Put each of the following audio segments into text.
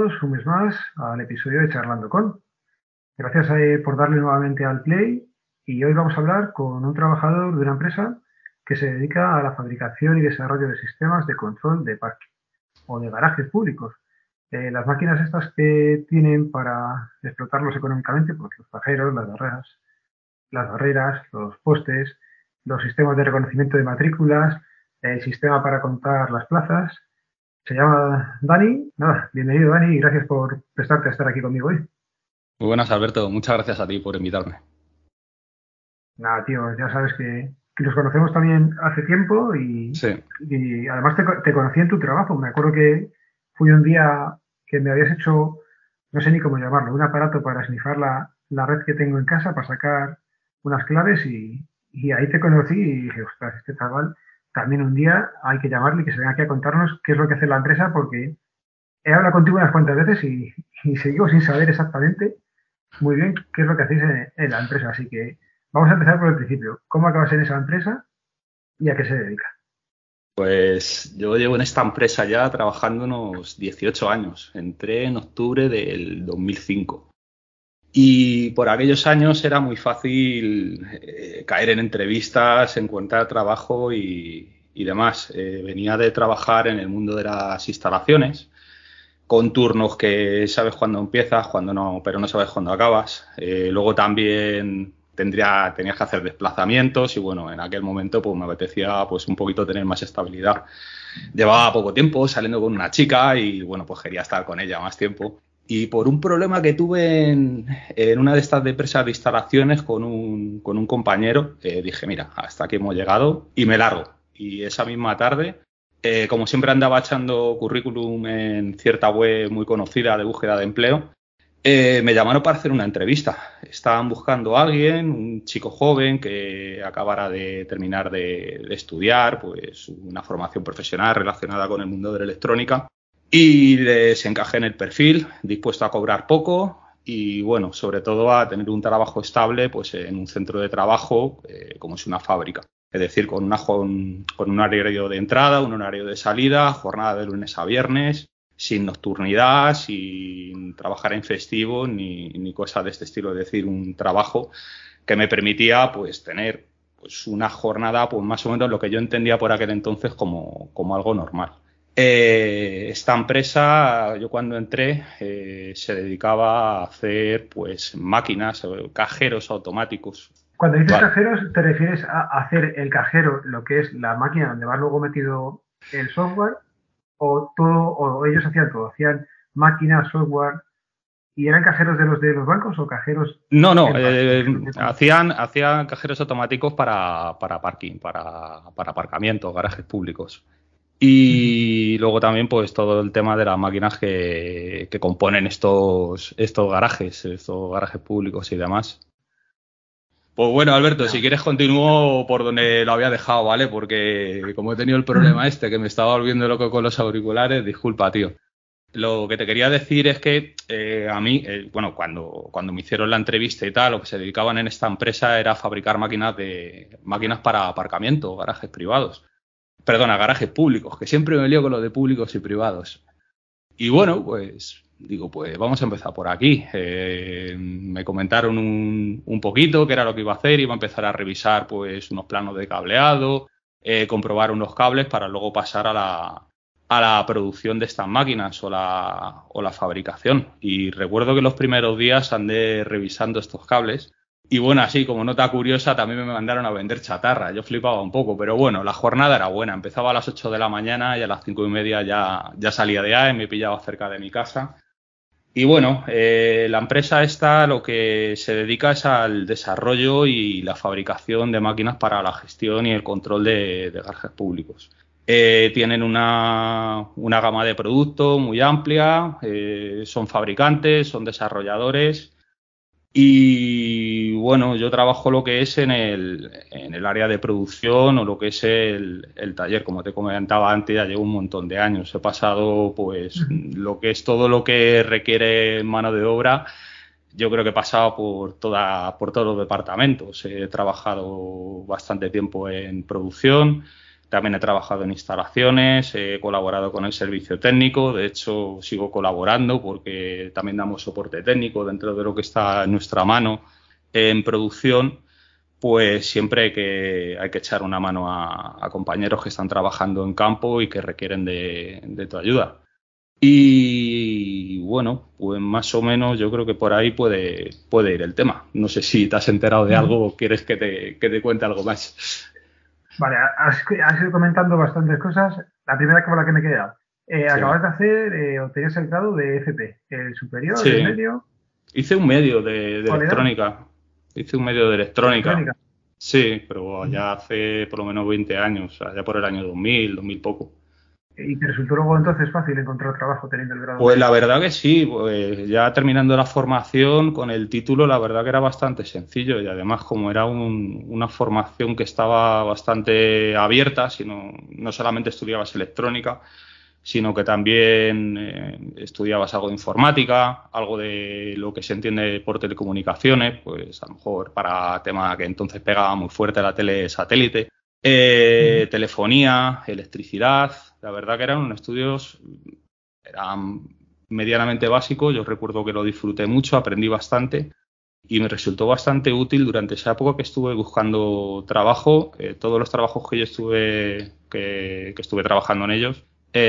bienvenidos un mes más al episodio de Charlando con. Gracias por darle nuevamente al play y hoy vamos a hablar con un trabajador de una empresa que se dedica a la fabricación y desarrollo de sistemas de control de parking o de garajes públicos. Las máquinas estas que tienen para explotarlos económicamente, pues los pajeros, las barreras, los postes, los sistemas de reconocimiento de matrículas, el sistema para contar las plazas. Se llama Dani. Nada, bienvenido Dani y gracias por prestarte a estar aquí conmigo hoy. Muy buenas, Alberto. Muchas gracias a ti por invitarme. Nada, tío, ya sabes que nos conocemos también hace tiempo Sí. y además te conocí en tu trabajo. Me acuerdo que fui un día que me habías hecho, no sé ni cómo llamarlo, un aparato para snifar la red que tengo en casa para sacar unas claves y ahí te conocí y dije, ostras, este chaval también un día hay que llamarle y que se venga aquí a contarnos qué es lo que hace la empresa porque he hablado contigo unas cuantas veces y seguimos sin saber exactamente muy bien qué es lo que hacéis en la empresa. Así que vamos a empezar por el principio. ¿Cómo acabas en esa empresa y a qué se dedica? Pues yo llevo en esta empresa ya trabajando unos 18 años. Entré en octubre del 2005. Y por aquellos años era muy fácil caer en entrevistas, encontrar trabajo y demás. Venía de trabajar en el mundo de las instalaciones, con turnos que sabes cuándo empiezas, cuándo no, pero no sabes cuándo acabas. Luego también tenías que hacer desplazamientos y bueno, en aquel momento pues me apetecía pues un poquito tener más estabilidad. Llevaba poco tiempo saliendo con una chica y bueno, pues quería estar con ella más tiempo. Y por un problema que tuve en una de estas empresas de instalaciones con un compañero, dije, mira, hasta aquí hemos llegado y me largo. Y esa misma tarde como siempre andaba echando currículum en cierta web muy conocida de búsqueda de empleo, me llamaron para hacer una entrevista. Estaban buscando a alguien, un chico joven que acabara de terminar de estudiar, pues una formación profesional relacionada con el mundo de la electrónica y les encajé en el perfil, dispuesto a cobrar poco y bueno, sobre todo a tener un trabajo estable pues en un centro de trabajo como es una fábrica. Es decir, con un horario de entrada, un horario de salida, jornada de lunes a viernes, sin nocturnidad, sin trabajar en festivo ni cosas de este estilo. Es decir, un trabajo que me permitía pues tener pues una jornada pues más o menos lo que yo entendía por aquel entonces como algo normal. Esta empresa, yo cuando entré, se dedicaba a hacer pues máquinas, cajeros automáticos. Cuando dices Vale. cajeros, ¿te refieres a hacer el cajero, lo que es la máquina donde va luego metido el software, o todo, o ellos hacían todo? ¿Hacían máquinas, software y eran cajeros de los bancos o cajeros No, en parking? hacían cajeros automáticos para parking, para aparcamientos, garajes públicos. Y luego también, pues, todo el tema de las máquinas que componen estos garajes públicos y demás. Pues bueno, Alberto, si No. quieres continúo por donde lo había dejado, ¿vale? Porque como he tenido el problema este, que me estaba volviendo loco con los auriculares, disculpa, tío. Lo que te quería decir es que a mí, bueno, cuando me hicieron la entrevista y tal, lo que se dedicaban en esta empresa era fabricar máquinas para aparcamiento, garajes privados. Perdona, garajes públicos, que siempre me lío con lo de públicos y privados. Y bueno, pues digo, pues vamos a empezar por aquí. Me comentaron un poquito qué era lo que iba a hacer, iba a empezar a revisar pues unos planos de cableado, comprobar unos cables para luego pasar a la producción de estas máquinas o la fabricación. Y recuerdo que los primeros días andé revisando estos cables. Y bueno, así como nota curiosa, también me mandaron a vender chatarra. Yo flipaba un poco, pero bueno, la jornada era buena. Empezaba a las 8 de la mañana y a las 5:30 ya salía de ahí, me pillaba cerca de mi casa. Y bueno, la empresa esta lo que se dedica es al desarrollo y la fabricación de máquinas para la gestión y el control de garajes públicos. Tienen una gama de productos muy amplia, son fabricantes, son desarrolladores y bueno, yo trabajo lo que es en el área de producción o lo que es el taller. Como te comentaba antes, ya llevo un montón de años. He pasado pues lo que es todo lo que requiere mano de obra. Yo creo que he pasado por todos los departamentos. He trabajado bastante tiempo en producción, También he trabajado en instalaciones, he colaborado con el servicio técnico, de hecho sigo colaborando porque también damos soporte técnico dentro de lo que está en nuestra mano en producción. Pues siempre hay que echar una mano a compañeros que están trabajando en campo y que requieren de tu ayuda. Y bueno, pues más o menos yo creo que por ahí puede ir el tema. No sé si te has enterado de algo o quieres que te cuente algo más. Vale, has ido comentando bastantes cosas. La primera con la que me queda. Sí. Acabas de hacer o tenías el grado de FP, el superior, el Sí, medio. hice un medio de ¿Cuál era? electrónica. Hice un medio de electrónica. Electrónica. Sí, pero ya hace por lo menos 20 años, o sea, ya por el año 2000 poco. ¿Y te resultó luego entonces fácil encontrar trabajo teniendo el grado Pues la medio? verdad que sí, pues ya terminando la formación con el título, la verdad que era bastante sencillo y además como era una formación que estaba bastante abierta, no solamente estudiabas electrónica, sino que también estudiabas algo de informática, algo de lo que se entiende por telecomunicaciones, pues a lo mejor para tema que entonces pegaba muy fuerte la tele satélite, telefonía, electricidad, la verdad que eran unos estudios eran medianamente básicos, yo recuerdo que lo disfruté mucho, aprendí bastante y me resultó bastante útil durante esa época que estuve buscando trabajo. Todos los trabajos que yo que estuve trabajando en ellos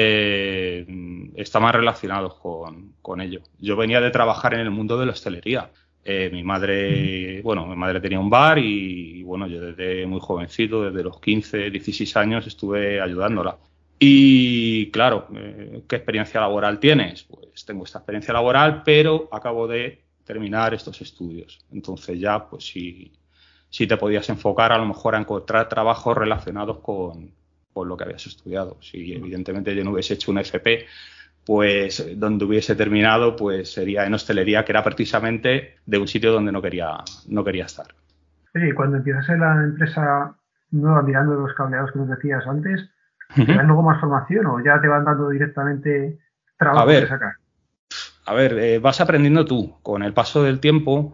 estaban relacionados con ello. Yo venía de trabajar en el mundo de la hostelería. Mi madre tenía un bar y bueno, yo desde muy jovencito, desde los 15, 16 años estuve ayudándola. Y claro, ¿qué experiencia laboral tienes? Pues tengo esta experiencia laboral, pero acabo de terminar estos estudios. Entonces ya, pues si te podías enfocar a lo mejor a encontrar trabajos relacionados con lo que habías estudiado. Si evidentemente yo no hubiese hecho un FP, pues donde hubiese terminado, pues sería en hostelería, que era precisamente de un sitio donde no quería estar. Oye, y cuando empiezas en la empresa nueva mirando los cableados que nos decías antes, ¿te dan Uh-huh. luego más formación o ya te van dando directamente A trabajo que ver, sacar? vas aprendiendo tú. Con el paso del tiempo,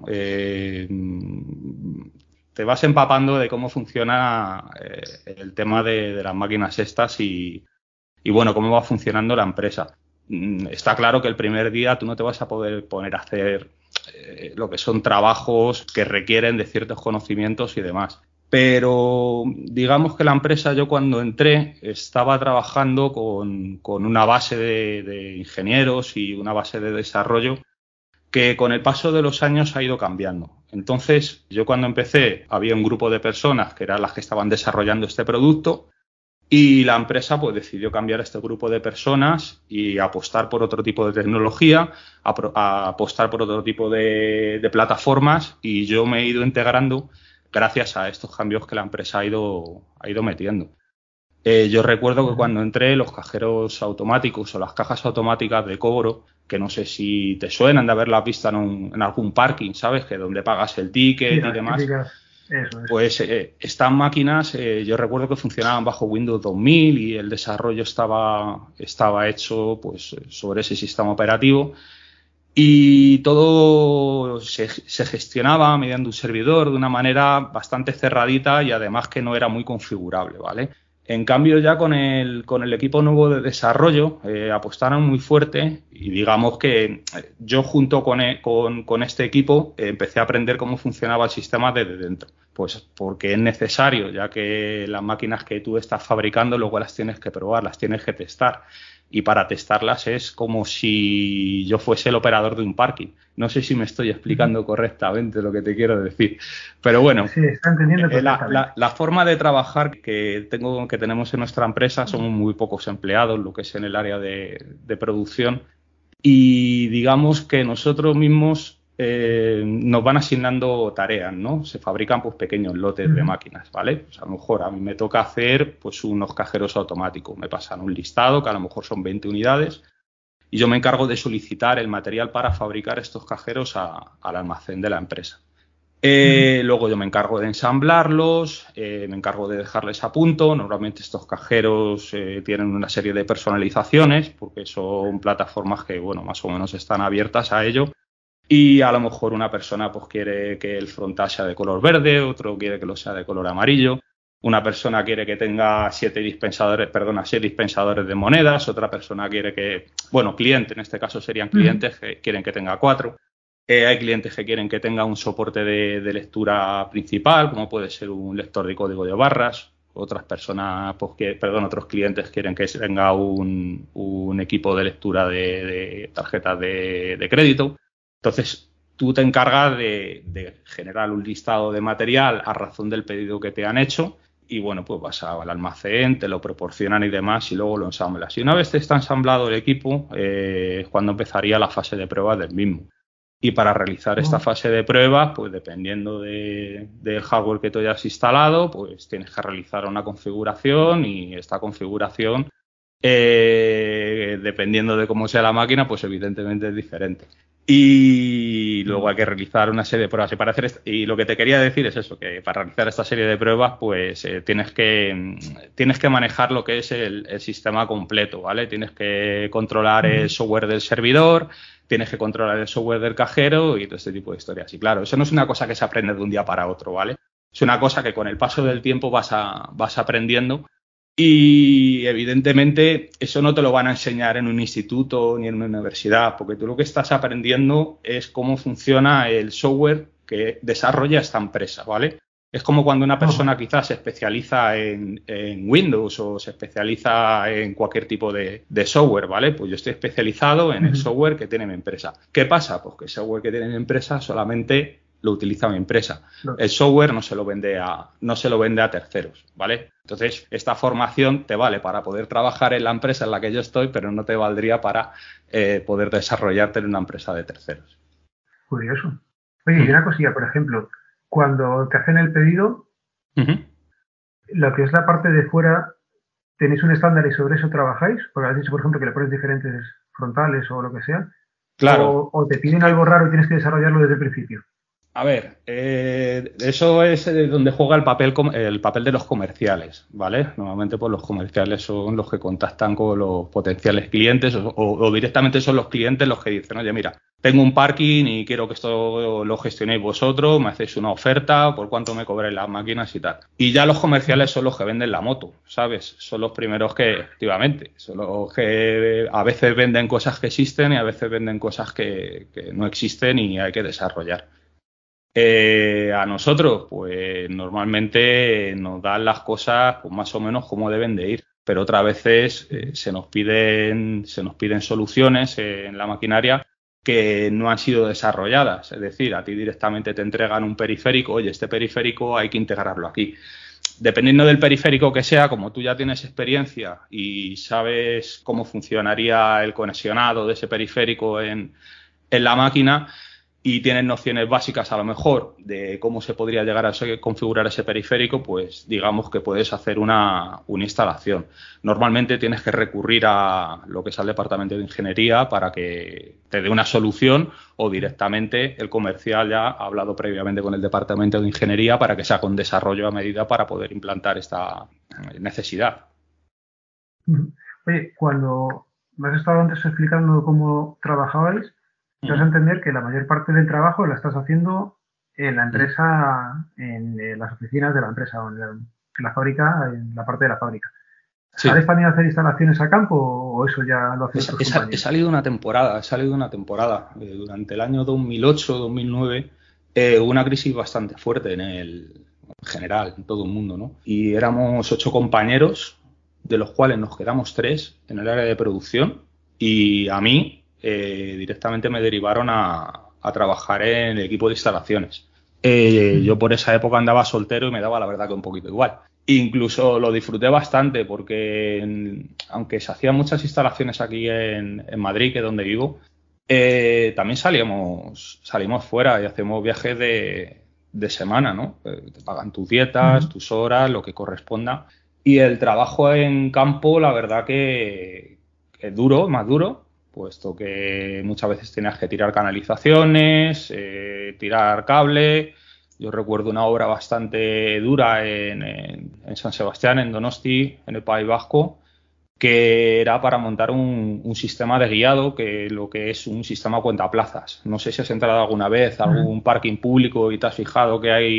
te vas empapando de cómo funciona el tema de las máquinas estas y bueno, cómo va funcionando la empresa. Está claro que el primer día tú no te vas a poder poner a hacer lo que son trabajos que requieren de ciertos conocimientos y demás. Pero digamos que la empresa, yo cuando entré, estaba trabajando con una base de ingenieros y una base de desarrollo que con el paso de los años ha ido cambiando. Entonces, yo cuando empecé, había un grupo de personas que eran las que estaban desarrollando este producto y la empresa pues decidió cambiar este grupo de personas y apostar por otro tipo de tecnología, a apostar por otro tipo de plataformas y yo me he ido integrando gracias a estos cambios que la empresa ha ido metiendo. Yo recuerdo que cuando entré los cajeros automáticos o las cajas automáticas de cobro, que no sé si te suenan de haberlas visto en algún parking, ¿sabes? Que donde pagas el Sí, ticket y las demás. típicas, eso es. Pues estas máquinas yo recuerdo que funcionaban bajo Windows 2000 y el desarrollo estaba hecho pues sobre ese sistema operativo y todo se gestionaba mediante un servidor de una manera bastante cerradita y además que no era muy configurable, ¿vale? En cambio ya con el equipo nuevo de desarrollo apostaron muy fuerte y digamos que yo junto con este equipo empecé a aprender cómo funcionaba el sistema desde dentro. Pues porque es necesario, ya que las máquinas que tú estás fabricando luego las tienes que probar, las tienes que testar. Y para testarlas es como si yo fuese el operador de un parking. No sé si me estoy explicando correctamente lo que te quiero decir. Pero bueno, Sí, está entendiendo perfectamente. la forma de trabajar que tenemos en nuestra empresa, somos muy pocos empleados, lo que es en el área de producción, y digamos que nosotros mismos nos van asignando tareas, ¿no? Se fabrican pues pequeños lotes de máquinas, ¿vale? Pues a lo mejor a mí me toca hacer pues unos cajeros automáticos, me pasan un listado que a lo mejor son 20 unidades y yo me encargo de solicitar el material para fabricar estos cajeros al almacén de la empresa. Luego yo me encargo de ensamblarlos, me encargo de dejarles a punto. Normalmente estos cajeros tienen una serie de personalizaciones porque son plataformas que, bueno, más o menos están abiertas a ello. Y a lo mejor una persona pues quiere que el frontal sea de color verde, otro quiere que lo sea de color amarillo. Una persona quiere que tenga 6 dispensadores de monedas, otra persona quiere cliente, en este caso serían clientes que quieren que tenga 4. Hay clientes que quieren que tenga un soporte de lectura principal, como puede ser un lector de código de barras. Otros clientes quieren que tenga un equipo de lectura de tarjetas de crédito. Entonces, tú te encargas de generar un listado de material a razón del pedido que te han hecho y, bueno, pues vas al almacén, te lo proporcionan y demás y luego lo ensamblas. Y una vez está ensamblado el equipo, es cuando empezaría la fase de pruebas del mismo. Y para realizar esta fase de pruebas, pues dependiendo del hardware que tú hayas instalado, pues tienes que realizar una configuración y esta configuración, dependiendo de cómo sea la máquina, pues evidentemente es diferente. Y luego hay que realizar una serie de pruebas. Y lo que te quería decir es eso, que para realizar esta serie de pruebas, pues tienes que manejar lo que es el sistema completo, ¿vale? Tienes que controlar el software del servidor, tienes que controlar el software del cajero y todo este tipo de historias. Y claro, eso no es una cosa que se aprende de un día para otro, ¿vale? Es una cosa que con el paso del tiempo vas aprendiendo. Y evidentemente eso no te lo van a enseñar en un instituto ni en una universidad, porque tú lo que estás aprendiendo es cómo funciona el software que desarrolla esta empresa, ¿vale? Es como cuando una persona quizás se especializa en Windows o se especializa en cualquier tipo de software, ¿vale? Pues yo estoy especializado en el software que tiene mi empresa. ¿Qué pasa? Pues que el software que tiene mi empresa solamente lo utiliza mi empresa. El software no se lo vende a terceros, ¿vale? Entonces, esta formación te vale para poder trabajar en la empresa en la que yo estoy, pero no te valdría para poder desarrollarte en una empresa de terceros. Curioso. Oye, y una cosilla, por ejemplo, cuando te hacen el pedido, lo que es la parte de fuera, ¿tenéis un estándar y sobre eso trabajáis? Porque has dicho, por ejemplo, que le pones diferentes frontales o lo que sea. Claro. O te piden algo raro y tienes que desarrollarlo desde el principio. A ver, eso es donde juega el papel de los comerciales, ¿vale? Normalmente pues los comerciales son los que contactan con los potenciales clientes o directamente son los clientes los que dicen, oye, mira, tengo un parking y quiero que esto lo gestionéis vosotros, me hacéis una oferta, por cuánto me cobráis las máquinas y tal. Y ya los comerciales son los que venden la moto, ¿sabes? Son los primeros que, efectivamente, son los que a veces venden cosas que existen y a veces venden cosas que no existen y hay que desarrollar. A nosotros, pues normalmente nos dan las cosas pues, más o menos como deben de ir, pero otras veces se nos piden soluciones en la maquinaria que no han sido desarrolladas. Es decir, a ti directamente te entregan un periférico, oye, este periférico hay que integrarlo aquí. Dependiendo del periférico que sea, como tú ya tienes experiencia y sabes cómo funcionaría el conexionado de ese periférico en la máquina, y tienes nociones básicas a lo mejor de cómo se podría llegar a configurar ese periférico, pues digamos que puedes hacer una instalación. Normalmente tienes que recurrir a lo que es al departamento de ingeniería para que te dé una solución o directamente el comercial ya ha hablado previamente con el departamento de ingeniería para que se haga un desarrollo a medida para poder implantar esta necesidad. Oye, cuando me has estado antes explicando cómo trabajabais, te vas a entender que la mayor parte del trabajo la estás haciendo en la empresa, en las oficinas de la empresa, o en la fábrica, en la parte de la fábrica. Sí. ¿Sales también a hacer instalaciones a campo o eso ya lo haces tus compañeros? He salido una temporada. Durante el año 2008-2009 hubo una crisis bastante fuerte en general, en todo el mundo, ¿no? Y éramos 8 compañeros, de los cuales nos quedamos 3 en el área de producción y a mí directamente me derivaron a trabajar en el equipo de instalaciones. Yo por esa época andaba soltero y me daba la verdad que un poquito igual. Incluso lo disfruté bastante porque aunque se hacían muchas instalaciones aquí en Madrid, que es donde vivo, también salimos fuera y hacemos viajes de semana, ¿no? Te pagan tus dietas, tus horas, lo que corresponda. Y el trabajo en campo, la verdad que es duro, más duro, puesto que muchas veces tienes que tirar canalizaciones, tirar cable. Yo recuerdo una obra bastante dura en San Sebastián, en Donosti, en el País Vasco, que era para montar un sistema de guiado, que lo que es un sistema cuentaplazas. No sé si has entrado alguna vez a algún parking público y te has fijado que hay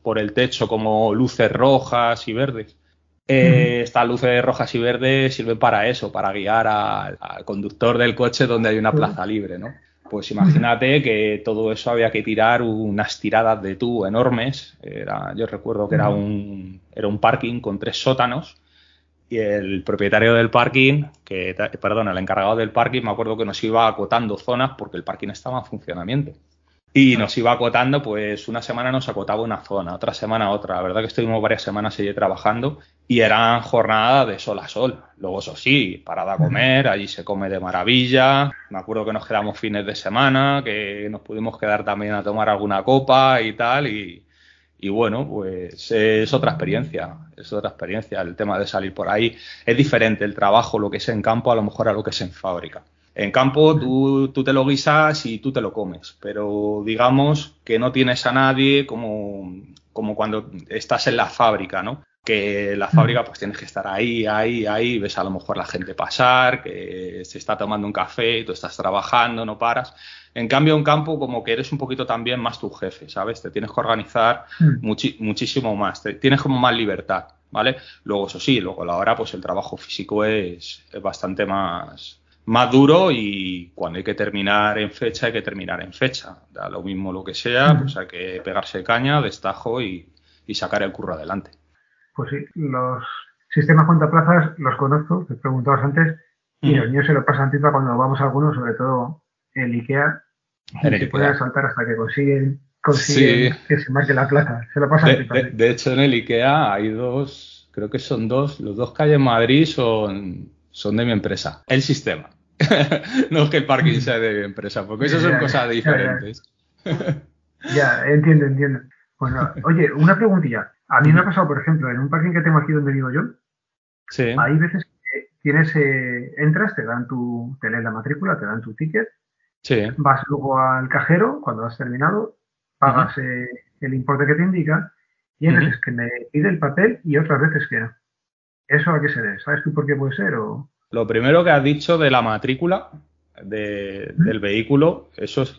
por el techo como luces rojas y verdes. Estas luces rojas y verdes sirven para eso, para guiar al conductor del coche donde hay una plaza libre, ¿no? Pues imagínate que todo eso había que tirar unas tiradas de tubo enormes. Yo recuerdo que era un parking con 3 sótanos y el propietario del parking, el encargado del parking, me acuerdo que nos iba acotando zonas porque el parking estaba en funcionamiento. Y nos iba acotando, pues una semana nos acotaba una zona, otra semana otra. La verdad que estuvimos varias semanas allí trabajando y eran jornadas de sol a sol. Luego, eso sí, parada a comer, allí se come de maravilla. Me acuerdo que nos quedamos fines de semana, que nos pudimos quedar también a tomar alguna copa y tal. Y bueno, pues es otra experiencia, El tema de salir por ahí es diferente, el trabajo, lo que es en campo, a lo mejor a lo que es en fábrica. En campo tú te lo guisas y tú te lo comes, pero digamos que no tienes a nadie como cuando estás en la fábrica, ¿no? Que en la fábrica pues tienes que estar ahí, ves a lo mejor la gente pasar, que se está tomando un café y tú estás trabajando, no paras. En cambio, en campo como que eres un poquito también más tu jefe, ¿sabes? Te tienes que organizar muchísimo más, tienes como más libertad, ¿vale? Luego, eso sí, luego a la hora pues el trabajo físico es bastante más duro y cuando hay que terminar en fecha, hay que terminar en fecha. Da lo mismo lo que sea, pues hay que pegarse caña, destajo y sacar el curro adelante. Pues sí, los sistemas contaplazas los conozco, te preguntabas antes, y los niños se lo pasan pipa cuando vamos a algunos, sobre todo el IKEA, y se pueden saltar hasta que consiguen sí, que se marque la plaza. Se lo pasan pipa. De hecho, en el IKEA hay dos, creo que son dos, los dos que hay en Madrid son de mi empresa. El sistema. No es que el parking sea de mi empresa, porque eso son cosas diferentes. Ya, entiendo. Bueno, oye, una preguntilla. A mí me ha pasado, por ejemplo, en un parking que tengo aquí donde vivo yo, sí. Hay veces que entras, te leen la matrícula, te dan tu ticket, sí. Vas luego al cajero cuando has terminado, pagas el importe que te indica, y hay veces que me pide el papel y otras veces que no. ¿Eso a qué se debe? ¿Sabes tú por qué puede ser? Lo primero que has dicho de la matrícula del vehículo, eso es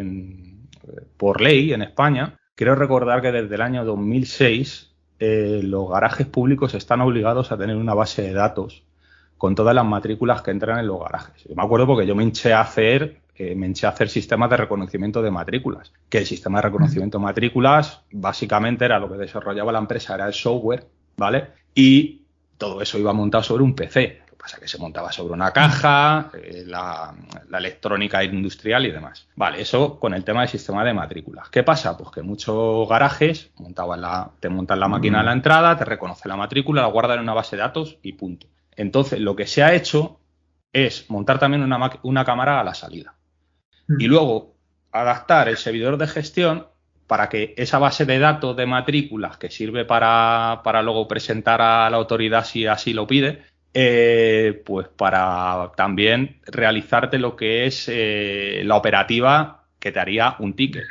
por ley en España. Quiero recordar que desde el año 2006 los garajes públicos están obligados a tener una base de datos con todas las matrículas que entran en los garajes. Yo me acuerdo porque yo me hinché a hacer sistemas de reconocimiento de matrículas, que el sistema de reconocimiento de matrículas básicamente era lo que desarrollaba la empresa, era el software, ¿vale? Y todo eso iba montado sobre un PC. Lo que pasa es que se montaba sobre una caja, la electrónica industrial y demás. Vale, eso con el tema del sistema de matrículas. ¿Qué pasa? Pues que muchos garajes te montan la máquina a la entrada, te reconoce la matrícula, la guardan en una base de datos y punto. Entonces, lo que se ha hecho es montar también una cámara a la salida. Y luego adaptar el servidor de gestión para que esa base de datos de matrículas que sirve para luego presentar a la autoridad si así lo pide, pues para también realizarte lo que es la operativa que te haría un ticket.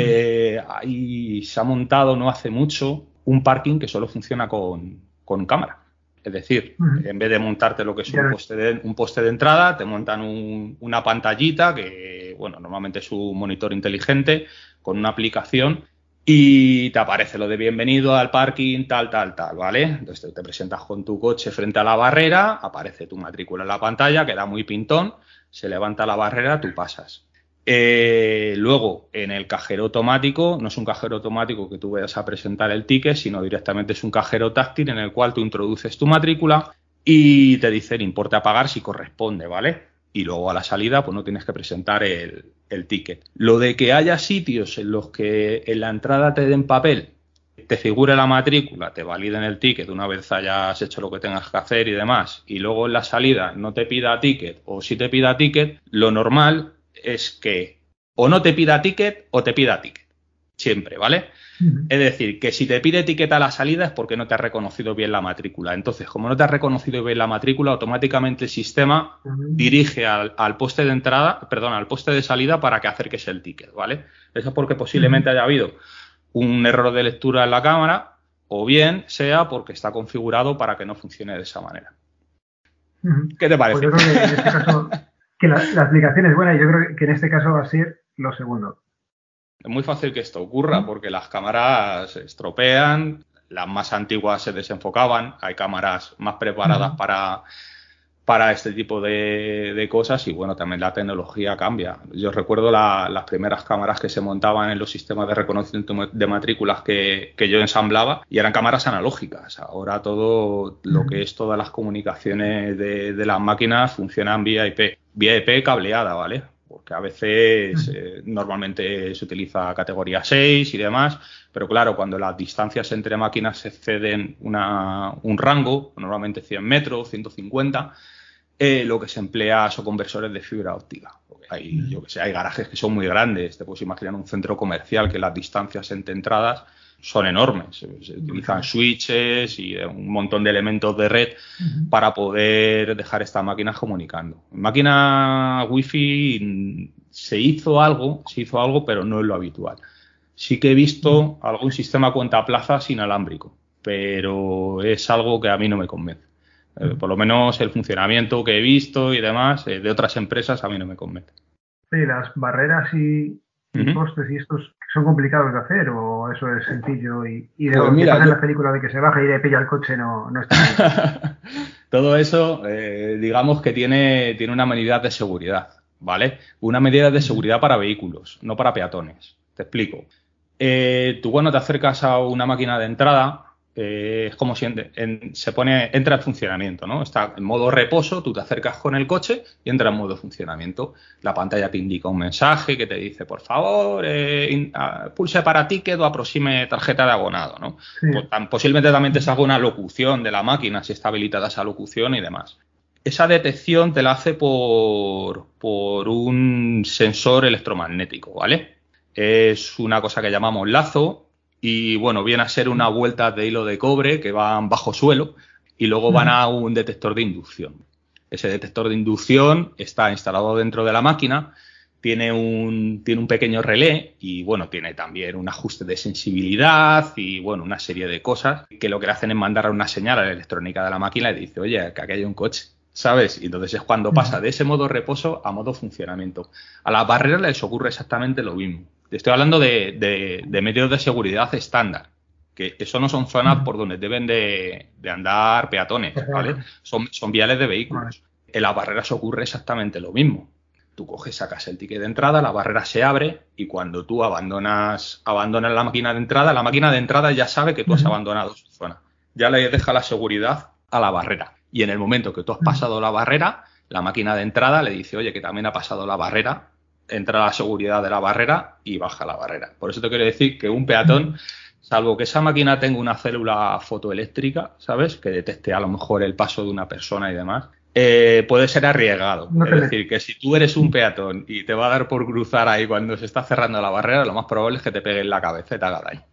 Ahí se ha montado no hace mucho un parking que solo funciona con cámara. Es decir, en vez de montarte lo que es un poste de entrada, te montan una pantallita que, bueno, normalmente es un monitor inteligente con una aplicación y te aparece lo de bienvenido al parking, tal, ¿vale? Entonces te presentas con tu coche frente a la barrera, aparece tu matrícula en la pantalla, queda muy pintón, se levanta la barrera, tú pasas. Luego, en el cajero automático, no es un cajero automático que tú vayas a presentar el ticket, sino directamente es un cajero táctil en el cual tú introduces tu matrícula y te dice el importe a pagar si corresponde, ¿vale? Y luego a la salida, pues no tienes que presentar el ticket. Lo de que haya sitios en los que en la entrada te den papel, te figure la matrícula, te validen el ticket una vez hayas hecho lo que tengas que hacer y demás, y luego en la salida no te pida ticket o si te pida ticket, lo normal es que o no te pida ticket o te pida ticket. Siempre, ¿vale? Es decir, que si te pide ticket a la salida es porque no te ha reconocido bien la matrícula. Entonces, como no te ha reconocido bien la matrícula, automáticamente el sistema dirige al poste de entrada, perdón, al poste de salida para que acerques el ticket, ¿vale? Eso es porque posiblemente haya habido un error de lectura en la cámara o bien sea porque está configurado para que no funcione de esa manera. ¿Qué te parece? Pues yo creo que en este caso... que la aplicación es buena y yo creo que en este caso va a ser lo segundo. Es muy fácil que esto ocurra porque las cámaras se estropean, las más antiguas se desenfocaban, hay cámaras más preparadas para este tipo de cosas y bueno, también la tecnología cambia. Yo recuerdo las primeras cámaras que se montaban en los sistemas de reconocimiento de matrículas que yo ensamblaba y eran cámaras analógicas. Ahora todo lo que es todas las comunicaciones de las máquinas funcionan vía IP cableada, ¿vale? Porque a veces normalmente se utiliza categoría 6 y demás, pero claro, cuando las distancias entre máquinas exceden un rango, normalmente 100 metros, 150, lo que se emplea son conversores de fibra óptica. Hay garajes que son muy grandes, te puedes imaginar un centro comercial que las distancias entre entradas son enormes. Se utilizan switches y un montón de elementos de red para poder dejar estas máquinas comunicando. En máquina Wi-Fi se hizo algo, pero no es lo habitual. Sí que he visto algún sistema cuentaplazas inalámbrico, pero es algo que a mí no me convence. Por lo menos el funcionamiento que he visto y demás de otras empresas a mí no me convence. Sí, las barreras y postes y estos son complicados de hacer o eso es sencillo y de pues lo que pasa en la película de que se baja y le pilla el coche no está bien. Todo eso, digamos que tiene una medida de seguridad, ¿vale? Una medida de seguridad para vehículos, no para peatones. Te explico. Tú cuando te acercas a una máquina de entrada, es como si entra en funcionamiento, ¿no? Está en modo reposo, tú te acercas con el coche y entra en modo funcionamiento. La pantalla te indica un mensaje que te dice, por favor, pulse para ticket o aproxime tarjeta de abonado, ¿no? Sí. Posiblemente también te salga una locución de la máquina, si está habilitada esa locución y demás. Esa detección te la hace por un sensor electromagnético, ¿vale? Es una cosa que llamamos lazo y, bueno, viene a ser una vuelta de hilo de cobre que van bajo suelo y luego van a un detector de inducción. Ese detector de inducción está instalado dentro de la máquina, tiene un pequeño relé y, bueno, tiene también un ajuste de sensibilidad y, bueno, una serie de cosas que lo que le hacen es mandar una señal a la electrónica de la máquina y dice, oye, que aquí hay un coche, ¿sabes? Y entonces es cuando pasa de ese modo reposo a modo funcionamiento. A las barreras les ocurre exactamente lo mismo. Estoy hablando de medios de seguridad estándar, que eso no son zonas por donde deben de andar peatones, ¿vale? Son viales de vehículos. En las barreras ocurre exactamente lo mismo. Tú coges, sacas el ticket de entrada, la barrera se abre y cuando tú abandonas la máquina de entrada ya sabe que tú has abandonado su zona. Ya le deja la seguridad a la barrera. Y en el momento que tú has pasado la barrera, la máquina de entrada le dice, oye, que también ha pasado la barrera, entra a la seguridad de la barrera y baja la barrera. Por eso te quiero decir que un peatón, salvo que esa máquina tenga una célula fotoeléctrica, ¿sabes? Que detecte a lo mejor el paso de una persona y demás, puede ser arriesgado. Es decir, que si tú eres un peatón y te va a dar por cruzar ahí cuando se está cerrando la barrera, lo más probable es que te pegue en la cabeza y te haga daño.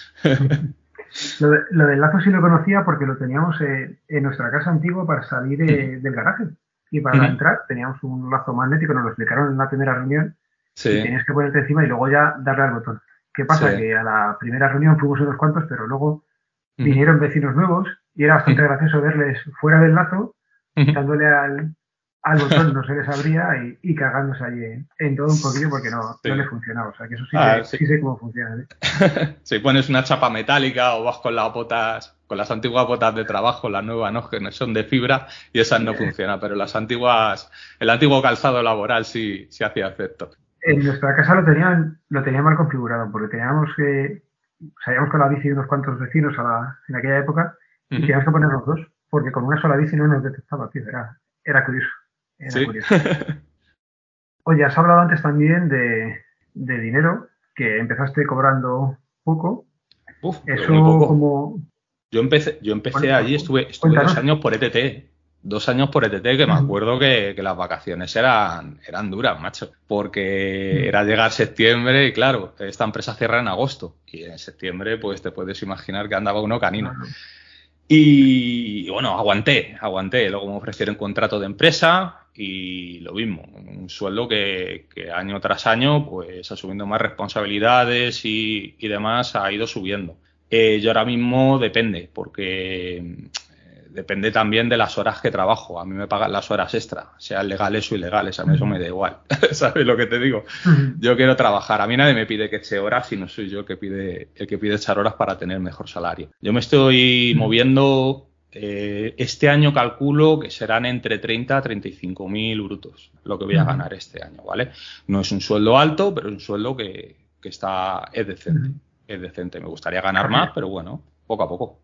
Lo del lazo sí lo conocía porque lo teníamos en nuestra casa antigua para salir del garaje. Y para entrar teníamos un lazo magnético, nos lo explicaron en la primera reunión, y tenías que ponerte encima y luego ya darle al botón. ¿Qué pasa? Que a la primera reunión fuimos unos cuantos, pero luego vinieron vecinos nuevos y era bastante gracioso verles fuera del lazo, dándole al botón, no se les abría y cagándose allí en todo un poquillo porque no les funcionaba. O sea, que eso sí sé cómo funciona. Si pones una chapa metálica o vas con las antiguas botas de trabajo, las nuevas, ¿no? Que son de fibra y esas no funcionan, pero las antiguas, el antiguo calzado laboral sí hacía efecto. En nuestra casa lo tenía mal configurado porque salíamos con la bici de unos cuantos vecinos en aquella época y teníamos que poner los dos porque con una sola bici no nos detectaba, tío. Era curioso. Curioso. Oye, has hablado antes también de dinero, que empezaste cobrando poco. Eso muy poco. Como... Yo empecé allí, estuve 2 años por ETT. 2 años por ETT, que me acuerdo que las vacaciones eran duras, macho. Porque era llegar septiembre y, claro, esta empresa cierra en agosto. Y en septiembre, pues te puedes imaginar que andaba uno canino. Y bueno, aguanté. Luego me ofrecieron contrato de empresa y lo mismo. Un sueldo que año tras año, pues asumiendo más responsabilidades y demás, ha ido subiendo. Yo ahora mismo depende, porque depende también de las horas que trabajo. A mí me pagan las horas extra, sean legales o ilegales, a mí eso me da igual. ¿Sabes lo que te digo? Yo quiero trabajar. A mí nadie me pide que eche horas, sino soy yo el que pide echar horas para tener mejor salario. Yo me estoy moviendo, este año calculo que serán entre 30 a 35.000 brutos lo que voy a ganar este año, ¿vale? No es un sueldo alto, pero es un sueldo que es decente. Es decente. Me gustaría ganar más, pero bueno, poco a poco.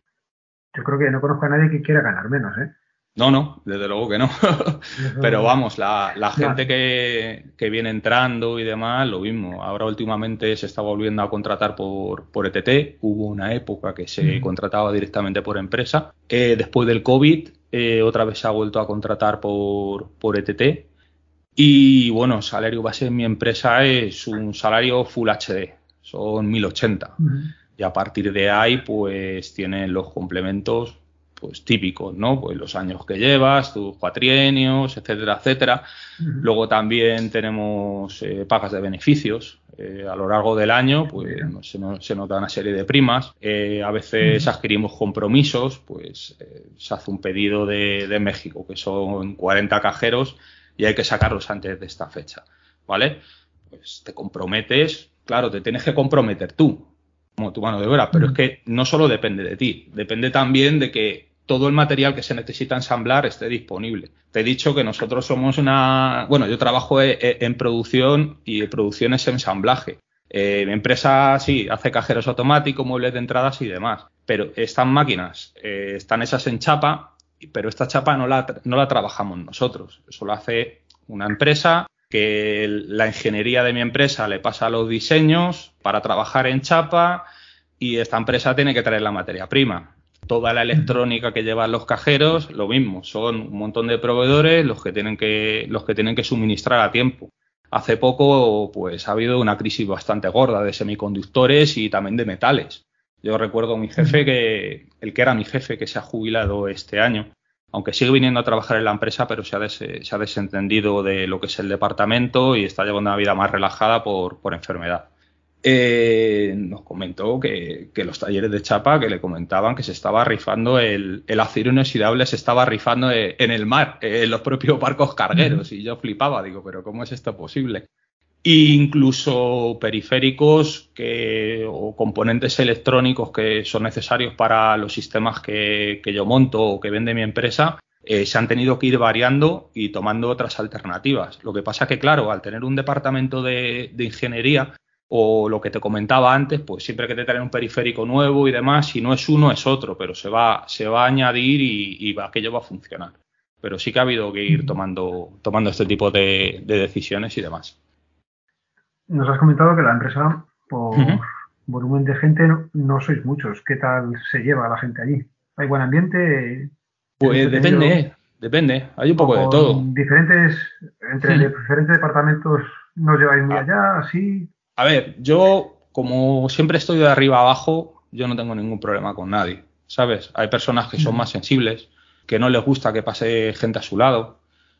Yo creo que no conozco a nadie que quiera ganar menos, ¿eh? No, desde luego que no. Pero vamos, la gente que viene entrando y demás, lo mismo. Ahora últimamente se está volviendo a contratar por ETT. Hubo una época que se contrataba directamente por empresa. Después del COVID, otra vez se ha vuelto a contratar por ETT. Y bueno, salario base en mi empresa es un salario Full HD. Son 1080. Y a partir de ahí, pues tienen los complementos pues típicos, ¿no? Pues los años que llevas, tus cuatrienios, etcétera, etcétera. Luego también tenemos pagas de beneficios. A lo largo del año, pues se nos da una serie de primas. A veces adquirimos compromisos, pues se hace un pedido de México, que son 40 cajeros, y hay que sacarlos antes de esta fecha, ¿vale? Pues te comprometes, claro, te tienes que comprometer tú, como tu mano de obra, pero es que no solo depende de ti, depende también de que todo el material que se necesita ensamblar esté disponible. Te he dicho que nosotros somos yo trabajo en producción, y producción es ensamblaje. Mi empresa sí hace cajeros automáticos, muebles de entradas y demás, pero estas máquinas están hechas en chapa, pero esta chapa no la trabajamos nosotros. Eso lo hace una empresa que la ingeniería de mi empresa le pasa los diseños para trabajar en chapa, y esta empresa tiene que traer la materia prima. Toda la electrónica que llevan los cajeros, lo mismo, son un montón de proveedores los que tienen que suministrar a tiempo. Hace poco, pues ha habido una crisis bastante gorda de semiconductores y también de metales. Yo recuerdo a mi jefe, el que era mi jefe, que se ha jubilado este año, aunque sigue viniendo a trabajar en la empresa, pero se ha desentendido de lo que es el departamento y está llevando una vida más relajada por enfermedad. Nos comentó que los talleres de chapa, que le comentaban que se estaba rifando el acero inoxidable, se estaba rifando en el mar, en los propios barcos cargueros, y yo flipaba, digo, pero ¿cómo es esto posible? E incluso periféricos o componentes electrónicos que son necesarios para los sistemas que yo monto o que vende mi empresa, se han tenido que ir variando y tomando otras alternativas. Lo que pasa que, claro, al tener un departamento de ingeniería, o lo que te comentaba antes, pues siempre que te traen un periférico nuevo y demás, si no es uno es otro, pero se va a añadir y aquello va a funcionar. Pero sí que ha habido que ir tomando este tipo de decisiones y demás. Nos has comentado que la empresa, por volumen de gente, no sois muchos. ¿Qué tal se lleva la gente allí? ¿Hay buen ambiente? Pues depende. Hay un poco de todo. Entre diferentes departamentos, ¿nos lleváis muy allá? ¿Así? A ver, yo, como siempre estoy de arriba abajo, yo no tengo ningún problema con nadie, ¿sabes? Hay personas que son más sensibles, que no les gusta que pase gente a su lado.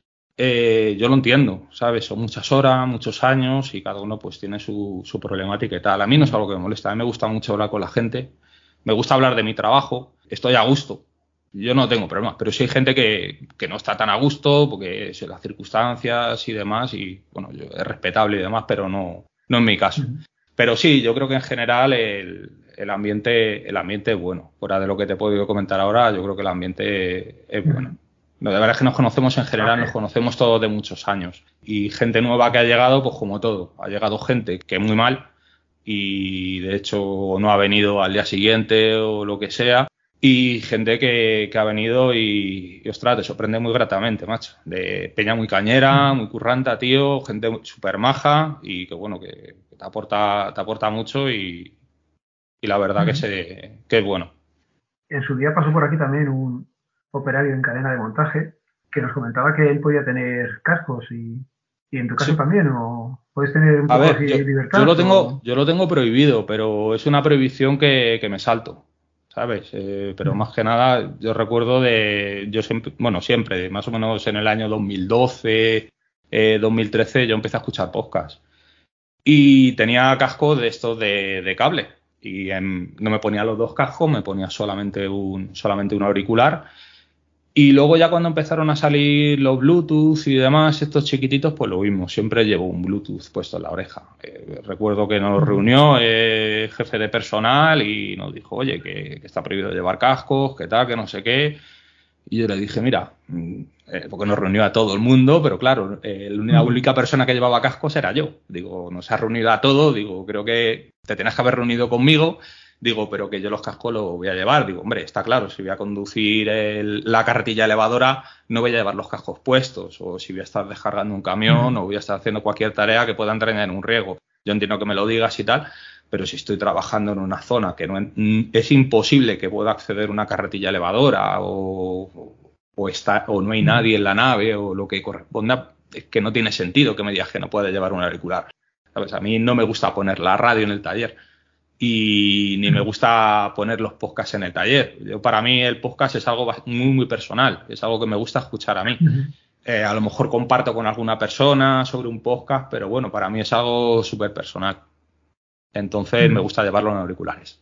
Yo lo entiendo, ¿sabes? Son muchas horas, muchos años, y cada uno pues tiene su problemática y tal. A mí no es algo que me molesta, a mí me gusta mucho hablar con la gente, me gusta hablar de mi trabajo, estoy a gusto. Yo no tengo problemas, pero sí hay gente que no está tan a gusto porque las circunstancias y demás, y bueno, es respetable y demás, pero no es mi caso. Pero sí, yo creo que en general el ambiente es bueno. Fuera de lo que te puedo comentar ahora, yo creo que el ambiente es bueno. La verdad es que nos conocemos en general, nos conocemos todos de muchos años. Y gente nueva que ha llegado, pues como todo. Ha llegado gente que muy mal y de hecho no ha venido al día siguiente o lo que sea. Y gente que ha venido y ostras, te sorprende muy gratamente, macho. De peña muy cañera, muy curranta, tío, gente súper maja y que bueno, que te aporta mucho y la verdad que es bueno. En su día pasó por aquí también un operario en cadena de montaje que nos comentaba que él podía tener cascos y en tu caso también, o puedes tener un poco de libertad. Yo lo tengo prohibido, pero es una prohibición que me salto. ¿Sabes? Pero más que nada, yo recuerdo siempre, más o menos en el año 2012, 2013, yo empecé a escuchar podcasts. Y tenía cascos de estos de cable. Y no me ponía los dos cascos, me ponía solamente un auricular. Y luego ya cuando empezaron a salir los Bluetooth y demás, estos chiquititos, pues lo mismo, siempre llevo un Bluetooth puesto en la oreja. Recuerdo que nos reunió el jefe de personal y nos dijo, oye, que está prohibido llevar cascos, que tal, que no sé qué. Y yo le dije, mira, porque nos reunió a todo el mundo, pero claro, la única persona que llevaba cascos era yo. Digo, nos ha reunido a todos, digo, creo que te tenías que haber reunido conmigo. Digo, pero que yo los cascos los voy a llevar. Digo, hombre, está claro, si voy a conducir la carretilla elevadora, no voy a llevar los cascos puestos. O si voy a estar descargando un camión o voy a estar haciendo cualquier tarea que pueda entrar en un riesgo. Yo entiendo que me lo digas y tal, pero si estoy trabajando en una zona que no es imposible que pueda acceder a una carretilla elevadora o no hay nadie en la nave o lo que corresponda, es que no tiene sentido que me digas que no pueda llevar un auricular. ¿Sabes? A mí no me gusta poner la radio en el taller. Y ni me gusta poner los podcasts en el taller. Para mí el podcast es algo muy, muy personal. Es algo que me gusta escuchar a mí. A lo mejor comparto con alguna persona sobre un podcast, pero bueno, para mí es algo súper personal. Entonces me gusta llevarlo en auriculares.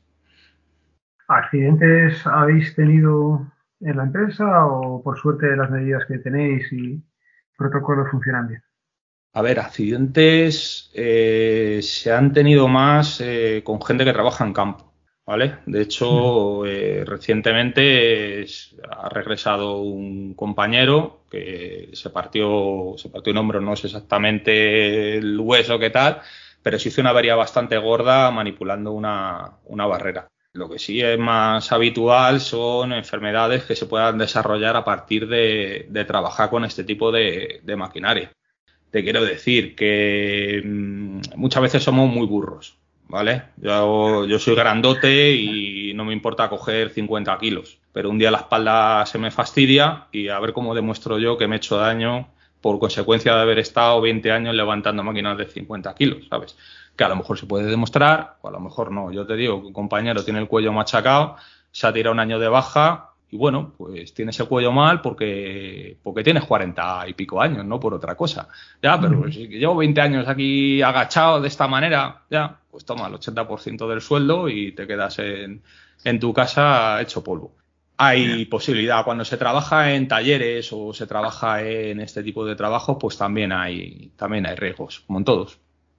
¿Accidentes habéis tenido en la empresa o por suerte las medidas que tenéis y protocolos funcionan bien? A ver, accidentes se han tenido más con gente que trabaja en campo, ¿vale? De hecho, recientemente ha regresado un compañero que se partió un hombro, no sé exactamente el hueso qué tal, pero se hizo una avería bastante gorda manipulando una barrera. Lo que sí es más habitual son enfermedades que se puedan desarrollar a partir de trabajar con este tipo de maquinaria. Te quiero decir que muchas veces somos muy burros, ¿vale? Yo soy grandote y no me importa coger 50 kilos, pero un día la espalda se me fastidia y a ver cómo demuestro yo que me he hecho daño por consecuencia de haber estado 20 años levantando máquinas de 50 kilos, ¿sabes? Que a lo mejor se puede demostrar o a lo mejor no. Yo te digo que un compañero tiene el cuello machacado, se ha tirado un año de baja. Y bueno, pues tienes el cuello mal porque tienes 40 y pico años, no por otra cosa. Ya, pero si llevo 20 años aquí agachado de esta manera, ya, pues toma el 80% del sueldo y te quedas en tu casa hecho polvo. Hay posibilidad. Cuando se trabaja en talleres o se trabaja en este tipo de trabajos, pues también hay riesgos, como en todos.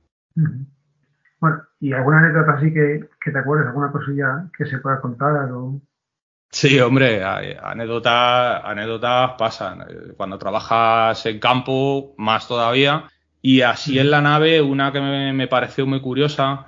Bueno, ¿y alguna anécdota así que te acuerdes, alguna cosilla que se pueda contar? Sí, hombre, anécdotas pasan. Cuando trabajas en campo, más todavía. Y así en la nave, una que me pareció muy curiosa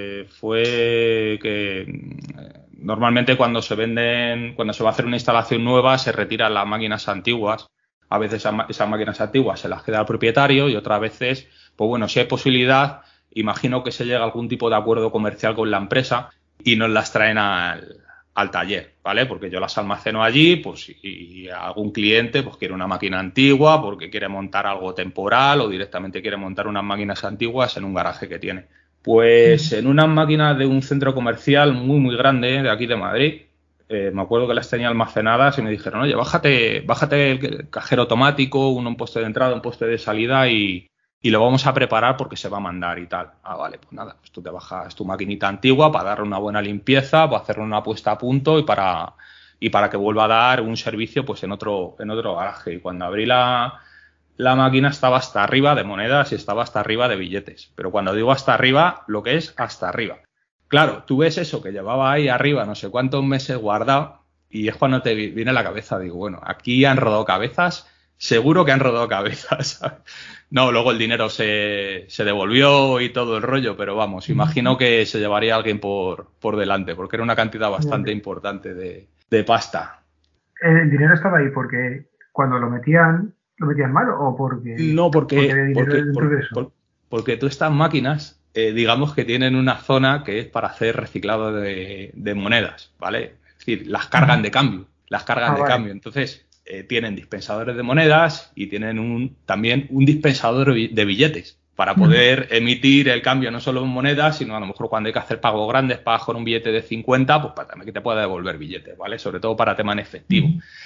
fue que normalmente cuando se va a hacer una instalación nueva, se retiran las máquinas antiguas. A veces esas máquinas antiguas se las queda el propietario y otras veces, pues bueno, si hay posibilidad, imagino que se llega a algún tipo de acuerdo comercial con la empresa y nos las traen al taller, ¿vale? Porque yo las almaceno allí, pues, y algún cliente pues quiere una máquina antigua porque quiere montar algo temporal o directamente quiere montar unas máquinas antiguas en un garaje que tiene. Pues en unas máquinas de un centro comercial muy, muy grande de aquí de Madrid, me acuerdo que las tenía almacenadas y me dijeron, oye, bájate el cajero automático, un puesto de entrada, un puesto de salida y lo vamos a preparar porque se va a mandar y tal. Ah, vale, pues nada, pues tú te bajas tu maquinita antigua para darle una buena limpieza, para hacerle una puesta a punto y para que vuelva a dar un servicio pues en otro garaje. Y cuando abrí la máquina estaba hasta arriba de monedas y estaba hasta arriba de billetes. Pero cuando digo hasta arriba, lo que es hasta arriba. Claro, tú ves eso que llevaba ahí arriba no sé cuántos meses guardado y es cuando te viene a la cabeza. Digo, bueno, aquí han rodado cabezas, seguro que han rodado cabezas, ¿sabes? No, luego el dinero se devolvió y todo el rollo, pero vamos, imagino que se llevaría a alguien por delante, porque era una cantidad bastante importante de pasta. ¿El dinero estaba ahí porque cuando lo metían mal o porque, no, porque había dinero dentro de eso? Porque todas estas máquinas, digamos que tienen una zona que es para hacer reciclado de monedas, ¿vale? Es decir, las cargan de cambio, cambio. Entonces, tienen dispensadores de monedas y tienen también un dispensador de billetes para poder emitir el cambio no solo en monedas, sino a lo mejor cuando hay que hacer pagos grandes, pagas con un billete de 50, pues para también que te pueda devolver billetes, ¿vale? Sobre todo para tema en efectivo.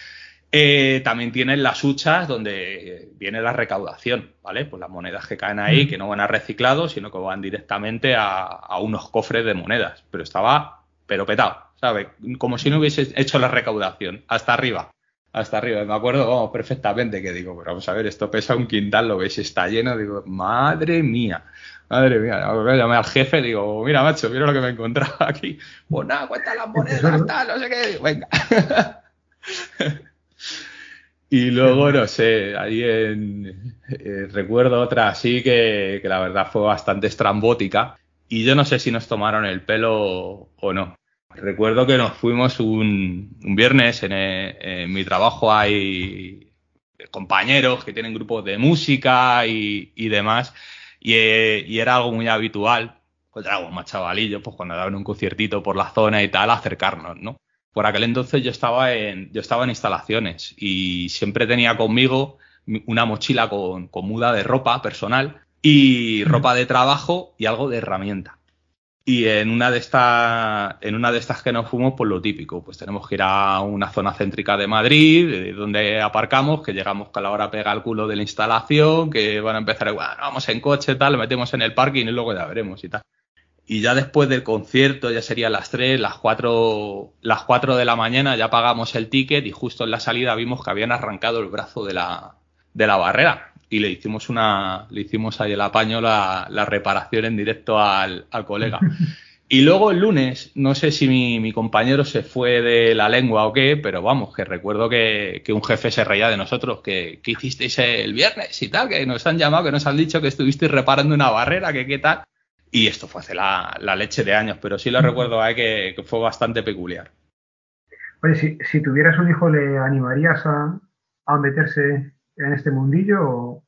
También tienen las huchas donde viene la recaudación, ¿vale? Pues las monedas que caen ahí, que no van a reciclado, sino que van directamente a unos cofres de monedas. Pero estaba, pero petado, ¿sabes? Como si no hubiese hecho la recaudación, hasta arriba. Hasta arriba. Me acuerdo, vamos, perfectamente que digo, pero vamos a ver, esto pesa un quintal, lo ves, está lleno. Digo, madre mía. Madre mía, llamé al jefe, digo, mira, macho, mira lo que me he encontrado aquí. Pues nada, cuentan las monedas, tal, no sé qué. Digo, venga. Y luego, no sé, ahí recuerdo otra así que la verdad fue bastante estrambótica. Y yo no sé si nos tomaron el pelo o no. Recuerdo que nos fuimos un viernes, en mi trabajo hay compañeros que tienen grupos de música y demás. Y era algo muy habitual, cuando éramos más chavalillos, pues cuando daban un conciertito por la zona y tal, acercarnos, ¿no? Por aquel entonces yo estaba en instalaciones y siempre tenía conmigo una mochila con muda de ropa personal y ropa de trabajo y algo de herramienta. Y en una de estas que nos fuimos, pues lo típico, pues tenemos que ir a una zona céntrica de Madrid, donde aparcamos, que llegamos que a la hora pega el culo de la instalación, que van a empezar, bueno, vamos en coche, tal, lo metemos en el parking y luego ya veremos y tal. Y ya después del concierto, ya serían las 3, las 4 de la mañana, ya pagamos el ticket y justo en la salida vimos que habían arrancado el brazo de la barrera. Y le hicimos ahí el apaño, la reparación en directo al colega. Y luego el lunes, no sé si mi compañero se fue de la lengua o qué, pero vamos, que recuerdo que un jefe se reía de nosotros, que hicisteis el viernes y tal, que nos han llamado, que nos han dicho que estuvisteis reparando una barrera, que qué tal. Y esto fue hace la leche de años, pero sí lo recuerdo que fue bastante peculiar. Oye, si tuvieras un hijo, ¿le animarías a meterse en este mundillo?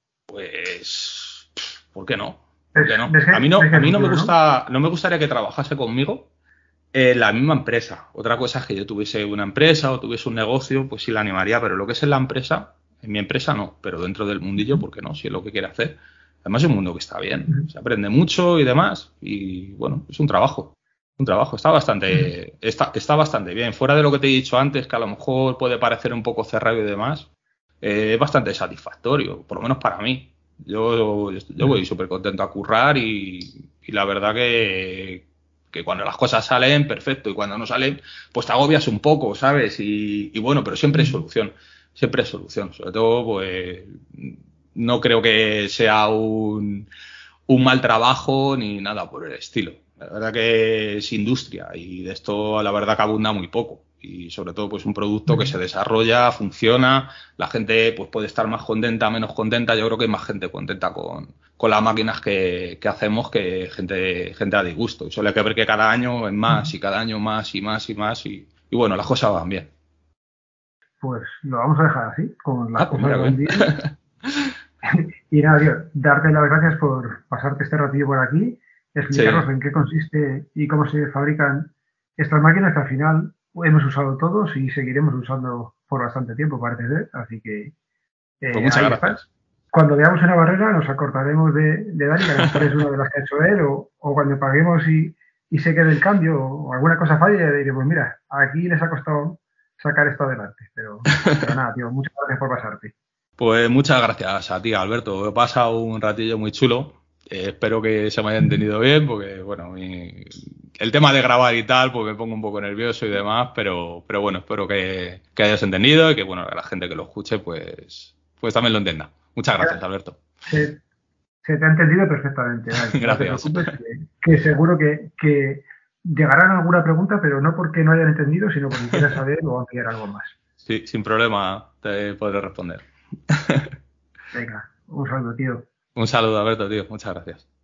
Pues, ¿por qué no? ¿Por qué no? A mí no me ¿no? no me gustaría que trabajase conmigo en la misma empresa. Otra cosa es que yo tuviese una empresa o tuviese un negocio, pues sí la animaría, pero lo que es en la empresa, en mi empresa no, pero dentro del mundillo, ¿por qué no? Si es lo que quiere hacer. Además es un mundo que está bien, se aprende mucho y demás, y bueno, es un trabajo. Un trabajo, está bastante bien. Fuera de lo que te he dicho antes, que a lo mejor puede parecer un poco cerrado y demás, es bastante satisfactorio, por lo menos para mí. Yo voy súper contento a currar y la verdad que cuando las cosas salen, perfecto, y cuando no salen, pues te agobias un poco, ¿sabes? Y bueno, pero siempre hay solución, siempre hay solución. Sobre todo, pues no creo que sea un mal trabajo ni nada por el estilo. La verdad que es industria y de esto la verdad que abunda muy poco. Y sobre todo pues un producto que se desarrolla, funciona, la gente pues puede estar más contenta, menos contenta. Yo creo que hay más gente contenta con las máquinas que hacemos que gente a disgusto. Y suele que ver que cada año es más y cada año más y más y más y bueno, las cosas van bien. Pues lo vamos a dejar así, con las Pues cosas mira, van bien. bien. Y nada, tío, darte las gracias por pasarte este ratillo por aquí, explicarnos Sí. en qué consiste y cómo se fabrican estas máquinas que al final hemos usado todos y seguiremos usando por bastante tiempo, parece ser. Así que Pues muchas ahí está. gracias. Cuando veamos una barrera nos acordaremos de Dani, que a lo mejor es una de las que ha hecho él, o cuando paguemos y se quede el cambio o alguna cosa falle, ya diremos, mira, aquí les ha costado sacar esto adelante. Pero nada, tío, muchas gracias por pasarte. Pues muchas gracias a ti, Alberto. He pasado un ratillo muy chulo. Espero que se me haya entendido bien, porque bueno, el tema de grabar y tal, pues me pongo un poco nervioso y demás, pero bueno, espero que hayas entendido y que bueno, la gente que lo escuche, pues también lo entienda. Muchas gracias, Alberto. Se, se te ha entendido perfectamente, Dani. No te Gracias. preocupes, que seguro que llegarán alguna pregunta, pero no porque no hayan entendido, sino porque quieran saber o ampliar algo más. Sí, sin problema te podré responder. Venga, un saludo, tío. Un saludo, Alberto, tío. Muchas gracias.